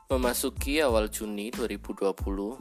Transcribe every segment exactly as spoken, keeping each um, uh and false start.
Memasuki awal Juni dua ribu dua puluh,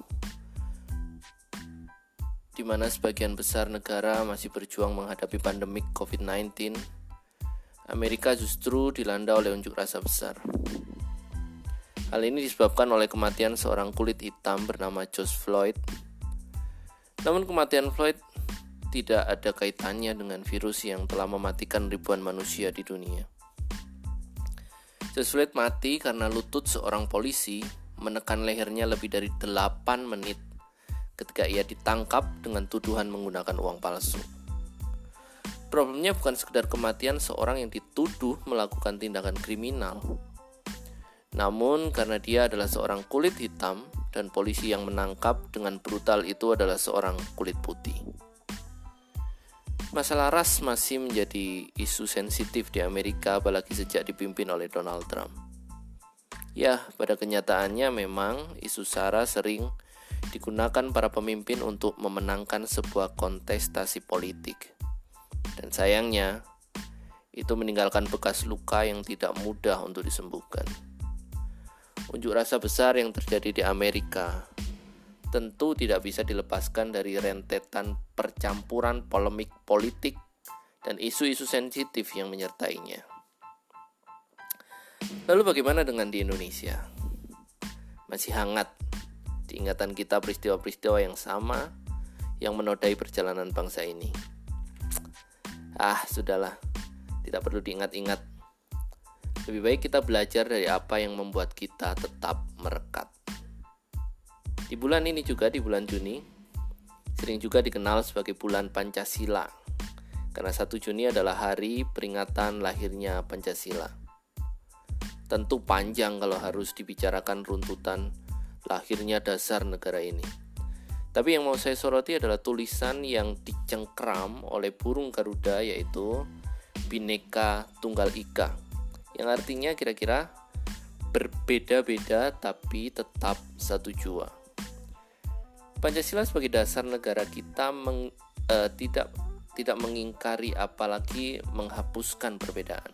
di mana sebagian besar negara masih berjuang menghadapi pandemik covid sembilan belas, Amerika justru dilanda oleh unjuk rasa besar. Hal ini disebabkan oleh kematian seorang kulit hitam bernama George Floyd. Namun kematian Floyd tidak ada kaitannya dengan virus yang telah mematikan ribuan manusia di dunia. George Floyd mati karena lutut seorang polisi menekan lehernya lebih dari delapan menit ketika ia ditangkap dengan tuduhan menggunakan uang palsu. Problemnya bukan sekedar kematian seorang yang dituduh melakukan tindakan kriminal, namun karena dia adalah seorang kulit hitam dan polisi yang menangkap dengan brutal itu adalah seorang kulit putih. Masalah ras masih menjadi isu sensitif di Amerika, apalagi sejak dipimpin oleh Donald Trump. Ya, pada kenyataannya memang isu SARA sering digunakan para pemimpin untuk memenangkan sebuah kontestasi politik. Dan sayangnya, itu meninggalkan bekas luka yang tidak mudah untuk disembuhkan. Unjuk rasa besar yang terjadi di Amerika tentu tidak bisa dilepaskan dari rentetan percampuran polemik politik dan isu-isu sensitif yang menyertainya. Lalu bagaimana dengan di Indonesia? Masih hangat diingatan kita peristiwa-peristiwa yang sama yang menodai perjalanan bangsa ini. Ah, sudahlah, tidak perlu diingat-ingat. Lebih baik kita belajar dari apa yang membuat kita tetap merekat. Di bulan ini juga, di bulan Juni, sering juga dikenal sebagai bulan Pancasila, karena satu Juni adalah hari peringatan lahirnya Pancasila. Tentu panjang kalau harus dibicarakan runtutan lahirnya dasar negara ini. Tapi yang mau saya soroti adalah tulisan yang dicengkram oleh burung Garuda, yaitu Bhinneka Tunggal Ika, yang artinya kira-kira berbeda-beda tapi tetap satu jua. Pancasila sebagai dasar negara kita meng, eh, tidak tidak mengingkari apalagi menghapuskan perbedaan.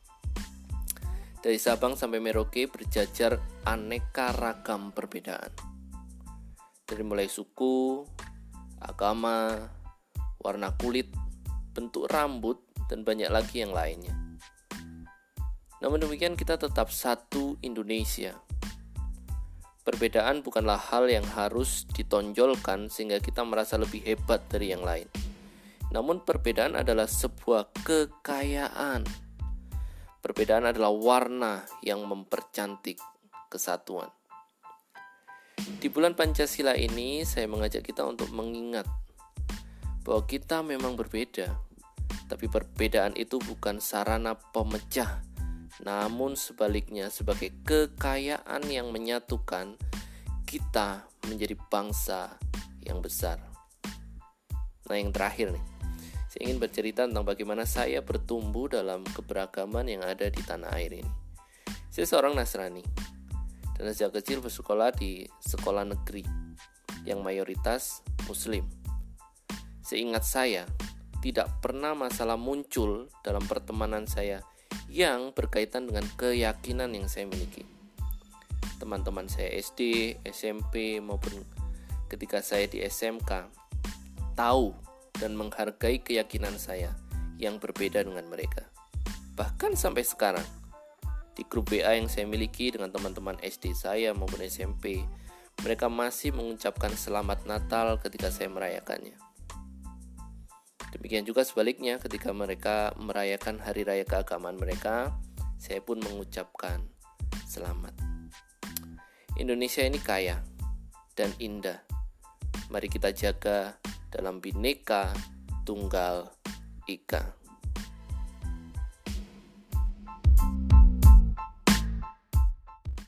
Dari Sabang sampai Merauke berjajar aneka ragam perbedaan. Dari mulai suku, agama, warna kulit, bentuk rambut, dan banyak lagi yang lainnya. Namun demikian kita tetap satu Indonesia. Perbedaan bukanlah hal yang harus ditonjolkan sehingga kita merasa lebih hebat dari yang lain. Namun perbedaan adalah sebuah kekayaan. Perbedaan adalah warna yang mempercantik kesatuan. Di bulan Pancasila ini saya mengajak kita untuk mengingat bahwa kita memang berbeda, tapi perbedaan itu bukan sarana pemecah, namun sebaliknya sebagai kekayaan yang menyatukan kita menjadi bangsa yang besar. Nah, yang terakhir nih, saya ingin bercerita tentang bagaimana saya bertumbuh dalam keberagaman yang ada di tanah air ini. Saya seorang Nasrani dan sejak kecil bersekolah di sekolah negeri yang mayoritas Muslim. Seingat saya, tidak pernah masalah muncul dalam pertemanan saya yang berkaitan dengan keyakinan yang saya miliki. Teman-teman saya S D, S M P, maupun ketika saya di S M K tahu dan menghargai keyakinan saya yang berbeda dengan mereka. Bahkan sampai sekarang, di grup W A yang saya miliki dengan teman-teman S D saya maupun S M P, mereka masih mengucapkan selamat Natal ketika saya merayakannya. Demikian juga sebaliknya, ketika mereka merayakan hari raya keagamaan mereka, saya pun mengucapkan selamat. Indonesia ini kaya dan indah. Mari kita jaga dalam Bhinneka Tunggal Ika.